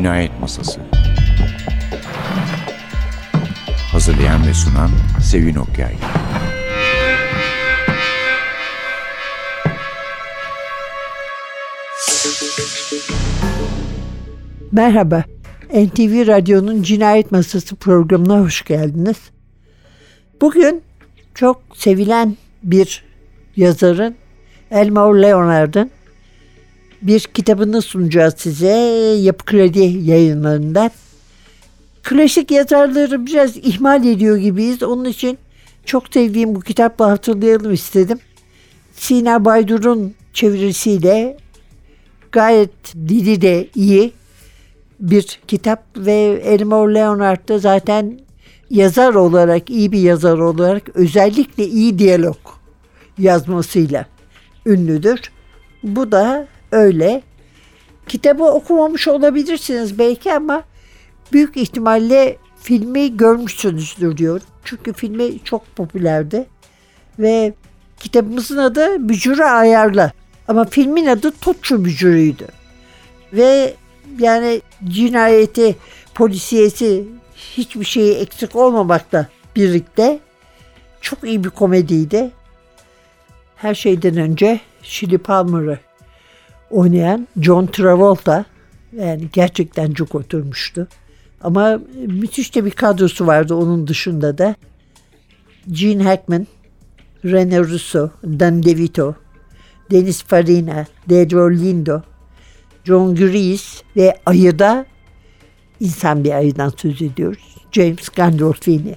Cinayet Masası. Hazırlayan ve sunan Sevin Okyay. Merhaba, NTV Radyo'nun Cinayet Masası programına hoş geldiniz. Bugün çok sevilen bir yazarın, Elmore Leonard'ın bir kitabını sunacağız size Yapı Kredi yayınlarından. Klasik yazarları biraz ihmal ediyor gibiyiz. Onun için çok sevdiğim bu kitapla hatırlayalım istedim. Sina Baydur'un çevirisiyle gayet dili de iyi bir kitap ve Elmore Leonard da zaten yazar olarak, iyi bir yazar olarak özellikle iyi diyalog yazmasıyla ünlüdür. Bu da öyle. Kitabı okumamış olabilirsiniz belki ama büyük ihtimalle filmi görmüşsünüzdür diyorum. Çünkü filmi çok popülerdi. Ve kitabımızın adı Bücürü Ayarla. Ama filmin adı Tutçu Bücürü'ydü. Ve yani cinayeti, polisiyesi, hiçbir şeyi eksik olmamakla birlikte çok iyi bir komediydi. Her şeyden önce Shirley Palmer'ı oynayan John Travolta yani gerçekten çok oturmuştu. Ama müthiş de bir kadrosu vardı onun dışında da. Gene Hackman, Rene Russo, Dan DeVito, Dennis Farina, Dedro Lindo, John Grease ve ayıda, insan bir ayıdan söz ediyoruz, James Gandolfini.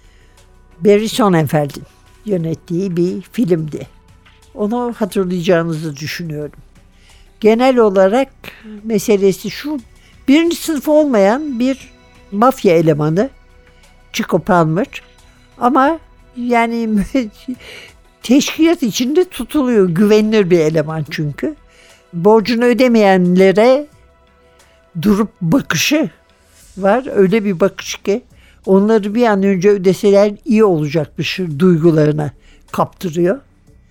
Barry Sonnenfeld'in yönettiği bir filmdi. Onu hatırlayacağınızı düşünüyorum. Genel olarak meselesi şu: birinci sınıf olmayan bir mafya elemanı Chico Palmer ama yani teşkilat içinde tutuluyor, güvenilir bir eleman çünkü. Borcunu ödemeyenlere durup bakışı var, öyle bir bakış ki onları bir an önce ödeseler iyi olacakmış duygularına kaptırıyor.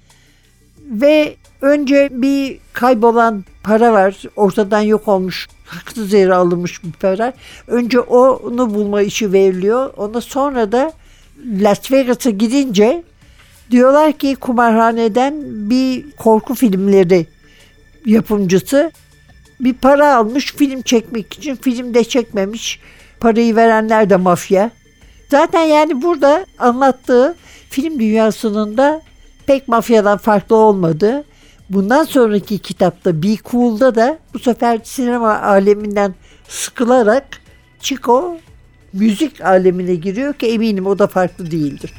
Ve önce bir kaybolan para var, ortadan yok olmuş, haksız yere alınmış bir para. Önce onu bulma işi veriliyor. Ondan sonra da Las Vegas'a gidince diyorlar ki kumarhaneden bir korku filmleri yapımcısı bir para almış film çekmek için, film de çekmemiş. Parayı verenler de mafya. Zaten yani burada anlattığı film dünyasının da pek mafyadan farklı olmadı. Bundan sonraki kitapta Be Cool'da da bu sefer sinema aleminden sıkılarak Chico müzik alemine giriyor ki eminim o da farklı değildir.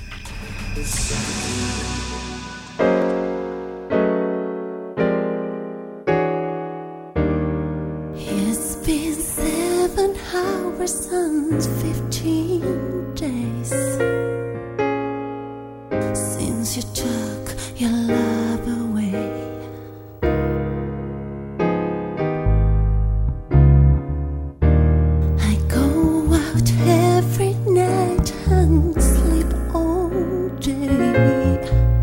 It's been 7 hours and 15 days since you took your love away. I go out every night and sleep all day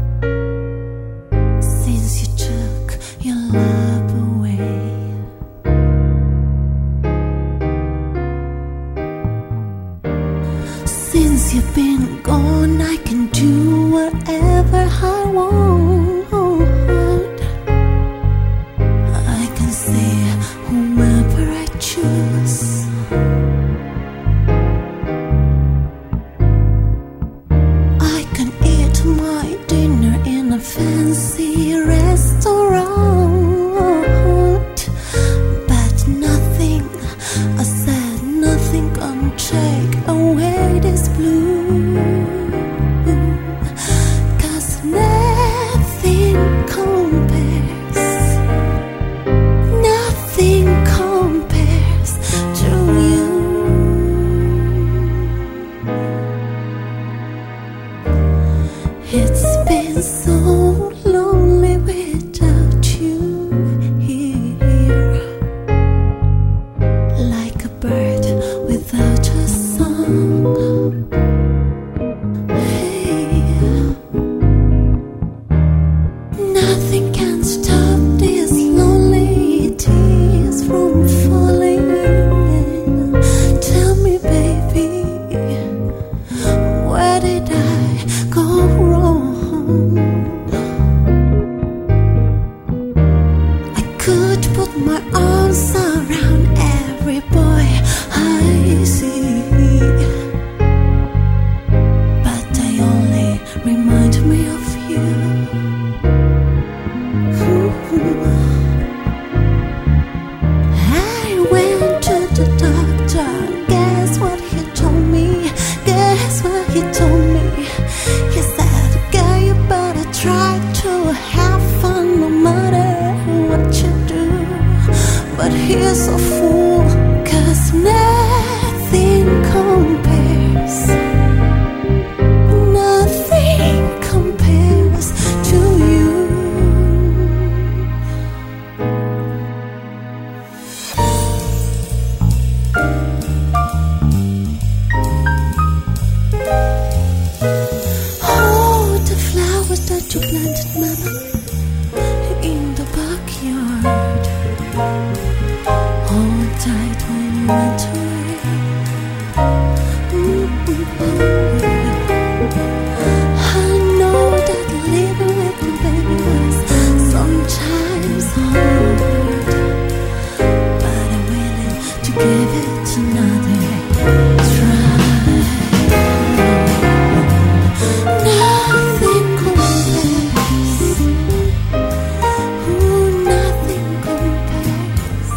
since you took your love away. Since you've been gone, I can do whatever I want. I can see whoever I choose. I can eat my dinner in a fancy restaurant, but nothing, I said nothing can take away this blue. 'Cause nothing compares, nothing compares to you. It's been so lonely without you here, like a bird without a song. Hey, nothing can stop these lonely tears from falling. just a fool, 'cause nothing compares. Nothing compares to you. Oh, the flowers that you planted, Mama, in the backyard. Hold tight when you went away. I know that living with you, baby, was sometimes hard, but I'm willing to give it another try. Nothing compares. Ooh, nothing compares.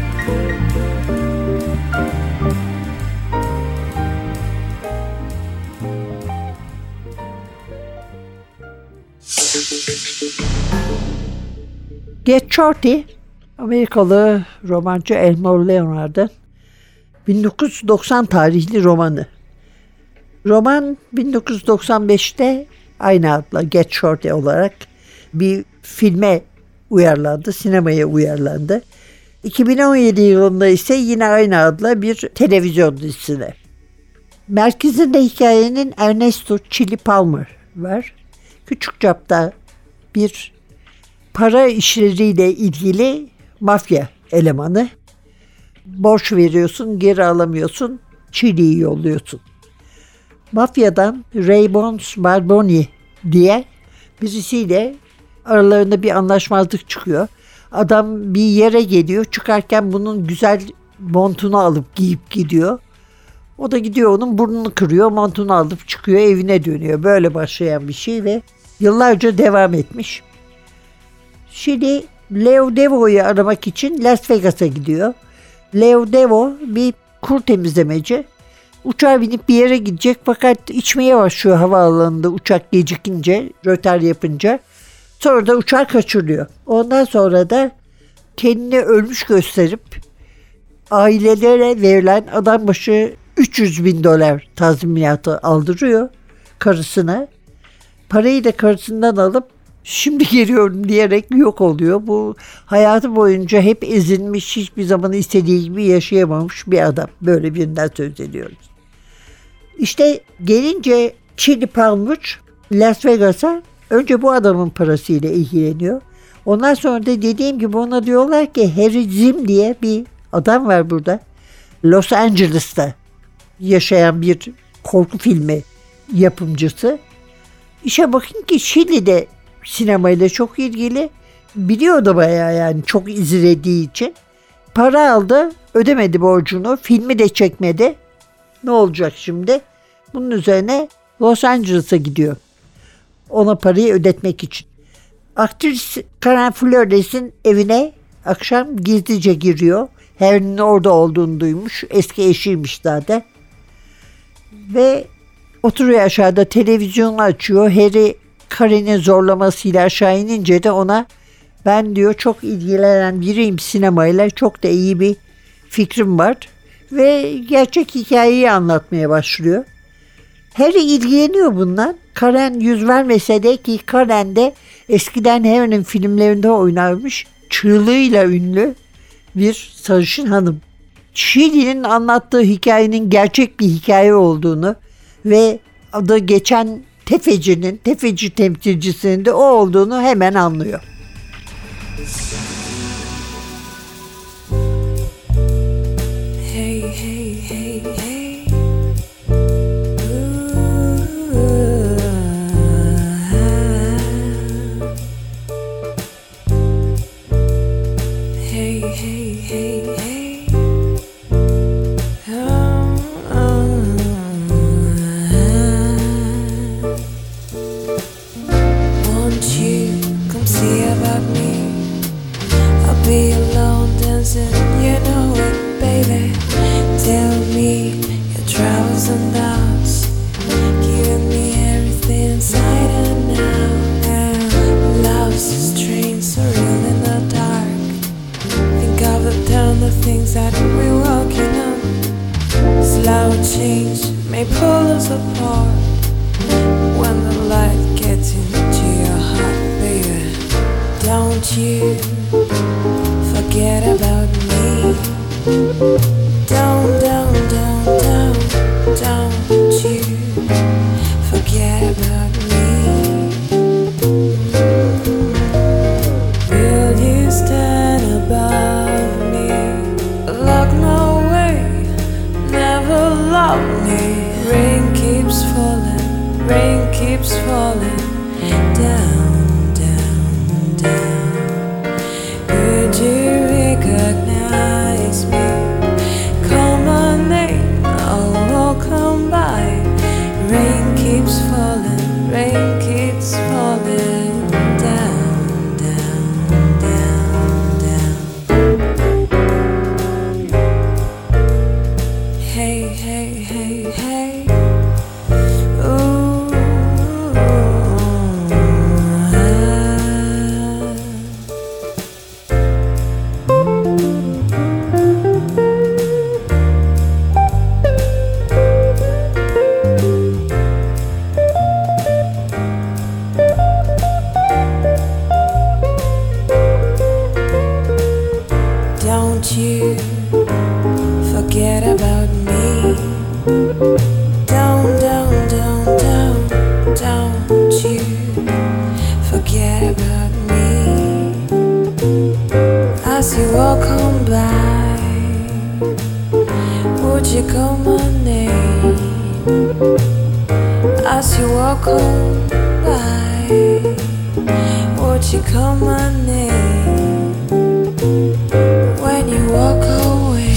Get Shorty, Amerikalı romancı Elmore Leonard'ın 1990 tarihli romanı. Roman 1995'te aynı adla Get Shorty olarak bir filme uyarlandı, sinemaya uyarlandı. 2017 yılında ise yine aynı adla bir televizyon dizisine. Merkezinde hikayenin Ernesto Chili Palmer var. Küçük çapta bir para işleriyle ilgili mafya elemanı. Borç veriyorsun, geri alamıyorsun, Chili'yi yolluyorsun. Mafyadan Raymond Barboni diye birisiyle aralarında bir anlaşmazlık çıkıyor. Adam bir yere geliyor, çıkarken bunun güzel montunu alıp giyip gidiyor. O da gidiyor onun burnunu kırıyor, montunu alıp çıkıyor, evine dönüyor. Böyle başlayan bir şey ve yıllarca devam etmiş. Şimdi Leo Devo'yu aramak için Las Vegas'a gidiyor. Leo Devo bir kur temizlemeci. Uçağa binip bir yere gidecek fakat içmeye başlıyor havaalanında uçak gecikince, rötar yapınca. Sonra da uçağı kaçırılıyor. Ondan sonra da kendini ölmüş gösterip ailelere verilen adam başı $300.000 tazminatı aldırıyor karısına. Parayı da karısından alıp şimdi geliyorum diyerek yok oluyor. Bu hayatı boyunca hep ezilmiş, hiçbir zaman istediği gibi yaşayamamış bir adam. Böyle birinden söz ediyoruz. İşte gelince Chili Palmer Las Vegas'a önce bu adamın parasıyla ilgileniyor. Ondan sonra da dediğim gibi ona diyorlar ki Harry Zim diye bir adam var burada. Los Angeles'ta yaşayan bir korku filmi yapımcısı. İşe bakın ki Şili'de sinemayla çok ilgili. Biliyor da bayağı yani çok izlediği için. Para aldı, ödemedi borcunu, filmi de çekmedi. Ne olacak şimdi? Bunun üzerine Los Angeles'a gidiyor. Ona parayı ödetmek için. Aktris Karen Flores'in evine akşam gizlice giriyor. Harry'nin orada olduğunu duymuş. Eski eşiymiş zaten. Ve oturuyor aşağıda, televizyonu açıyor. Harry Karen'in zorlamasıyla aşağı inince de ona ben diyor çok ilgilenen biriyim sinemayla, çok da iyi bir fikrim var. Ve gerçek hikayeyi anlatmaya başlıyor. Harry ilgileniyor bundan. Karen yüz vermese de ki Karen de eskiden Harry'nin filmlerinde oynarmış, çığlığıyla ünlü bir sarışın hanım. Şili'nin anlattığı hikayenin gerçek bir hikaye olduğunu ve adı geçen tefeci temsilcisinin de o olduğunu hemen anlıyor. Hey, hey, hey, hey. Hey, hey, hey, hey. Won't you come see about me? I'll be alone dancing, you know it, baby. Tell me your troubles and doubts, giving me everything inside and out. And love's a strange, so real in the dark. Think of the tender things Don't you forget about me. Don't you forget about me. Will you stand above me? Look no way, never love me. Rain keeps falling down, down, down. Would you recognize me? Call my name, I will come by. Rain keeps falling down, down, down, down. Hey, hey, hey, hey. Ooh, don't you forget about me. Don't you forget about me. As you walk on by, would you call my name? As you walk on by, would you call my name? When you walk away.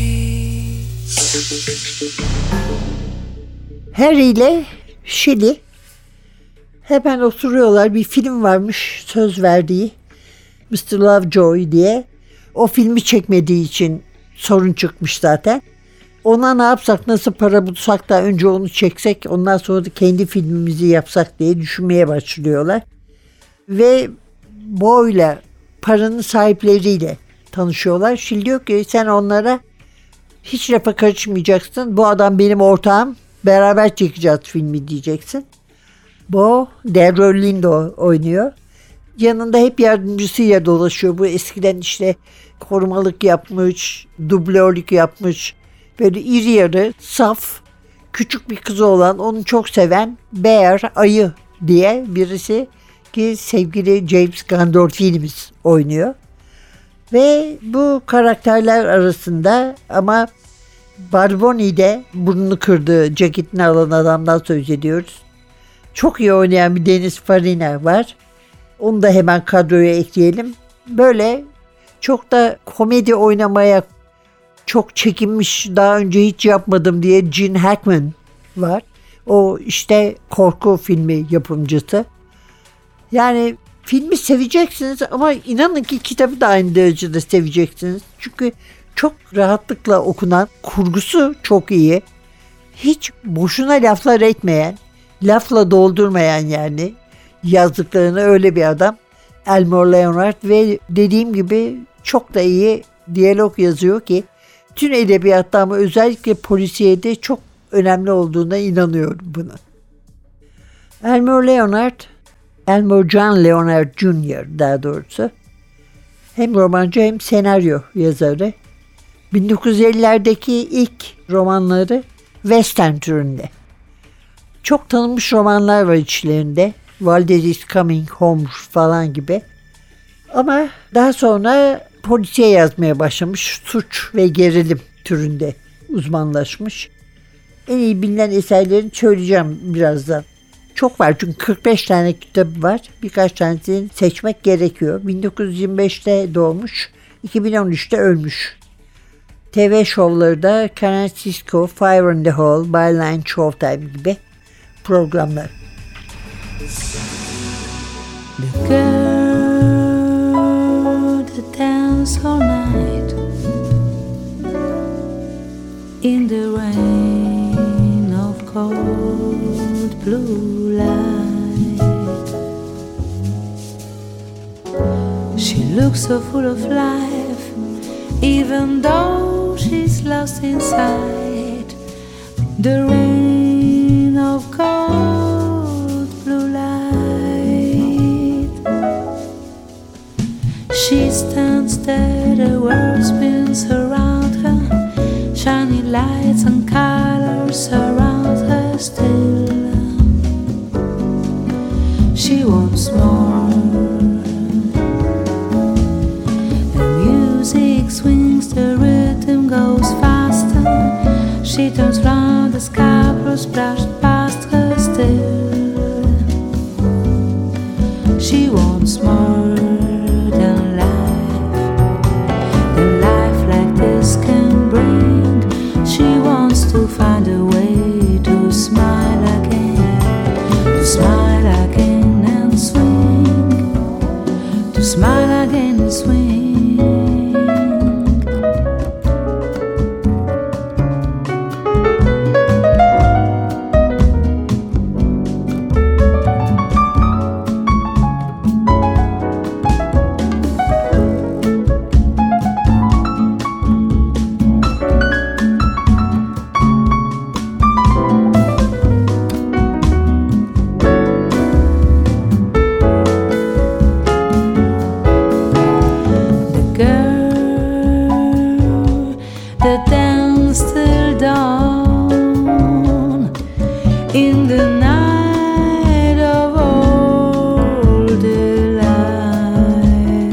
Harry ile Shelley hemen oturuyorlar. Bir film varmış söz verdiği, Mr. Lovejoy diye. O filmi çekmediği için sorun çıkmış zaten. Ona ne yapsak, nasıl para bulsak da önce onu çeksek, ondan sonra da kendi filmimizi yapsak diye düşünmeye başlıyorlar. Ve Bo'yla, paranın sahipleriyle tanışıyorlar. Shelley diyor ki sen onlara hiç lafa karışmayacaksın. Bu adam benim ortağım. Beraber çekeceğiz filmi diyeceksin. Bo, Delroy Lindo oynuyor. Yanında hep yardımcısıyla dolaşıyor. Bu eskiden işte korumalık yapmış, dublörlük yapmış. Böyle iri yarı, saf, küçük bir kızı olan, onu çok seven Bear, Ayı diye birisi ki sevgili James Gandolfini'miz oynuyor. Ve bu karakterler arasında ama Barboni'de burnunu kırdığı ceketini alan adamdan söz ediyoruz. Çok iyi oynayan bir Dennis Farina var. Onu da hemen kadroya ekleyelim. Böyle çok da komedi oynamaya çok çekinmiş, daha önce hiç yapmadım diye Gene Hackman var. O işte korku filmi yapımcısı. Yani filmi seveceksiniz ama inanın ki kitabı da aynı derecede seveceksiniz. Çünkü çok rahatlıkla okunan, kurgusu çok iyi. Hiç boşuna laflar etmeyen, lafla doldurmayan yani yazdıklarını öyle bir adam. Elmore Leonard ve dediğim gibi çok da iyi diyalog yazıyor ki tüm edebiyatta ama özellikle polisiyede çok önemli olduğuna inanıyorum buna. Elmore John Leonard Jr. daha doğrusu hem romancı hem senaryo yazarı. 1950'lerdeki ilk romanları western türünde. Çok tanınmış romanlar var içlerinde. Walter is Coming Home falan gibi. Ama daha sonra polisiye yazmaya başlamış. Suç ve gerilim türünde uzmanlaşmış. En iyi bilinen eserlerini söyleyeceğim birazdan. Çok var çünkü 45 tane kitabı var. Birkaç tanesini seçmek gerekiyor. 1925'te doğmuş, 2013'te ölmüş. TV şovları da Canal Cisco, Fire in the Hole, Byline Showtime gibi programlar. The girl that danced all night in the rain of cold blue light. She looks so full of life, even though she's lost inside the rain of cold blue light. She stands there, the world spins around her. Shiny lights and colors surround her still. She wants more. The music swings, the rhythm goes faster. She turns round, the scarecrow splashed past her still. She wants more than life like this can bring. She wants to find a way to smile again, to smile again and swing, to smile again and swing. In the night of all delight,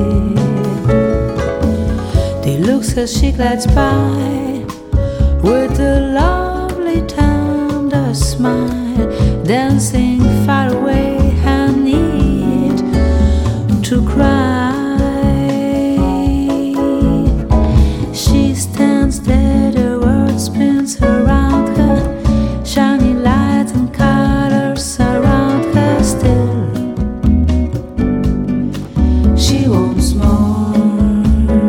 they looks as she glides by with a lovely tender smile, dancing far away her need to cry. She stands there, the world spins around her. Shiny lights and colors surround her still. She wants more.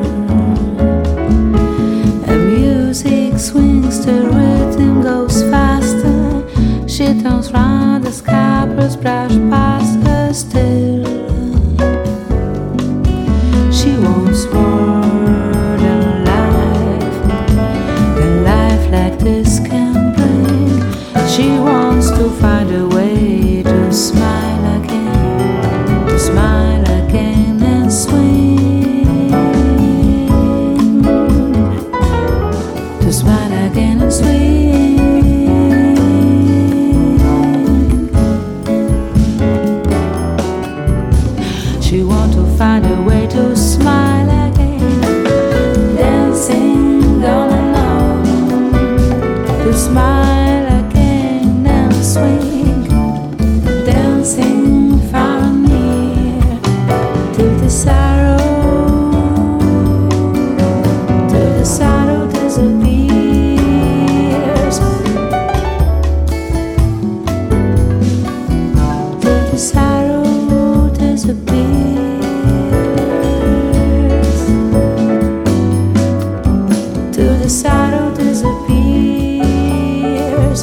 The music swings, the rhythm goes faster. She turns round, the scarecrow splash past her still. She wants more than life like this can bring. She wants to find a way to smile again, to smile again and swing, to smile again and swing, she wants to find a way to smile again, dancing on and on, to smile again, swing, dancing far and near, till the sorrow disappears, till the sorrow disappears, till the sorrow disappears.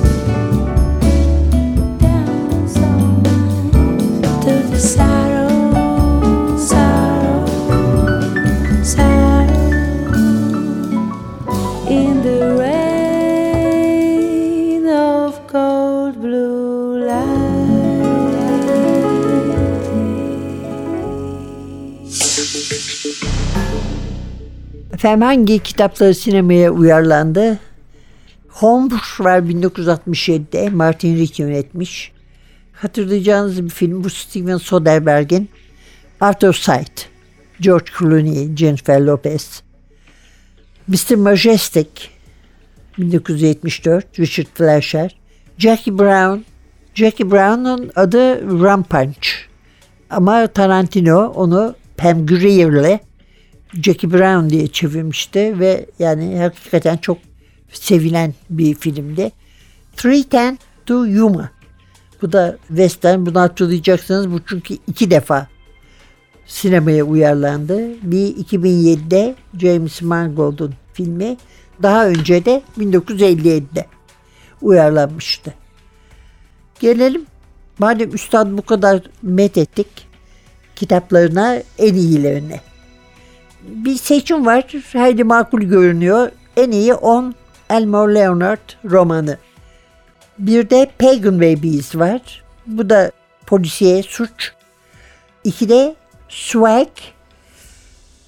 In the rain of cold blue light. Efendim, hangi kitapları sinemaya uyarlandı? Holmes var 1967'de, Martin Ritt yönetmiş. Hatırlayacağınız bir film bu, Steven Soderbergh'in. Out of Sight, George Clooney, Jennifer Lopez. Mr. Majestic 1974, Richard Fleischer. Jackie Brown'un adı Rampage ama Tarantino onu Pam Grier'le Jackie Brown diye çevirmişti ve yani hakikaten çok sevilen bir filmdi. 3:10 to Yuma. Bu da western. Bunu hatırlayacaksınız. Bu çünkü 2 defa sinemaya uyarlandı. Bir 2007'de James Mangold'un filmi. Daha önce de 1957'de uyarlanmıştı. Gelelim, madem üstad bu kadar methettik, kitaplarına, en iyilerine. Bir seçim var. Hayli makul görünüyor. En iyi 10 Elmore Leonard romanı. Bir de Pagan Babies var. Bu da polisiye suç. 2'de Swag,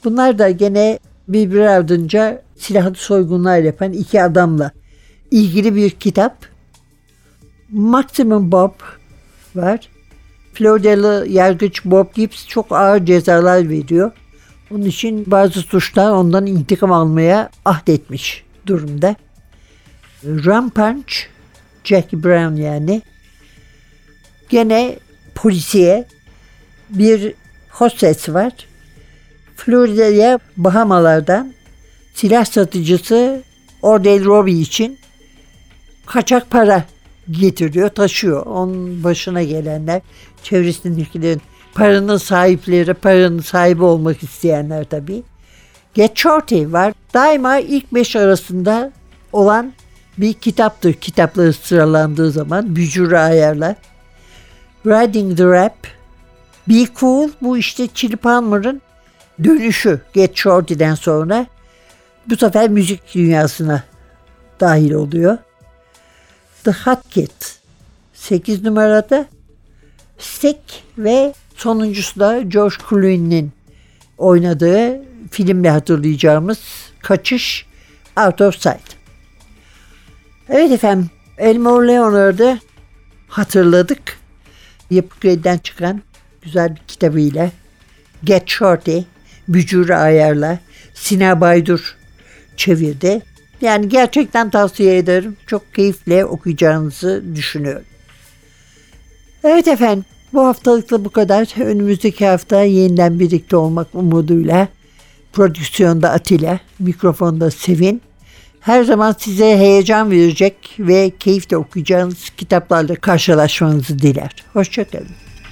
Bunlar da gene birbiri ardınca silahlı soygunlar yapan iki adamla ilgili bir kitap. Maximum Bob var. Floridalı yargıç Bob Gibbs çok ağır cezalar veriyor. Onun için bazı suçlar ondan intikam almaya ahdetmiş durumda. Rum Punch, Jackie Brown yani. Gene polisiye bir hostes var. Florida'ya Bahamalardan silah satıcısı Ordell Robbie için kaçak para getiriyor, taşıyor. Onun başına gelenler, çevresindekilerin paranın sahipleri, paranın sahibi olmak isteyenler tabii. Get Shorty var. Daima ilk 5 arasında olan bir kitaptır. Kitapları sıralandığı zaman bücür ayarlar. Riding the Rap, Be Cool, bu işte Chili Palmer'ın dönüşü Get Shorty'den sonra. Bu sefer müzik dünyasına dahil oluyor. The Hot Kid 8 numarada. Stick ve sonuncusu da George Clooney'nin oynadığı filmle hatırlayacağımız Kaçış, Out of Sight. Evet efendim, Elmore Leonard'ı hatırladık. Yapı Kredi'den çıkan güzel bir kitabıyla Get Shorty, bücür ayarla Sina Baydur çevirdi. Yani gerçekten tavsiye ederim. Çok keyifle okuyacağınızı düşünüyorum. Evet efendim, bu haftalıkta bu kadar. Önümüzdeki hafta yeniden birlikte olmak umuduyla. Prodüksiyonda Atilla, mikrofonda Sevin. Her zaman size heyecan verecek ve keyifle okuyacağınız kitaplarla karşılaşmanızı diler. Hoşçakalın.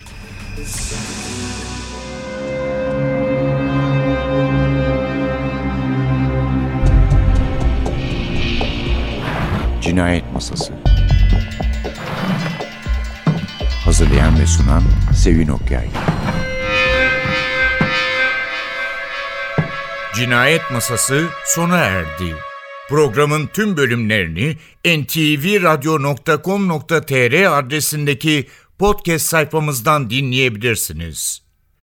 Cinayet Masası. Hazırlayan ve sunan Sevin Okyay. Cinayet Masası sona erdi. Programın tüm bölümlerini ntvradio.com.tr adresindeki podcast sayfamızdan dinleyebilirsiniz.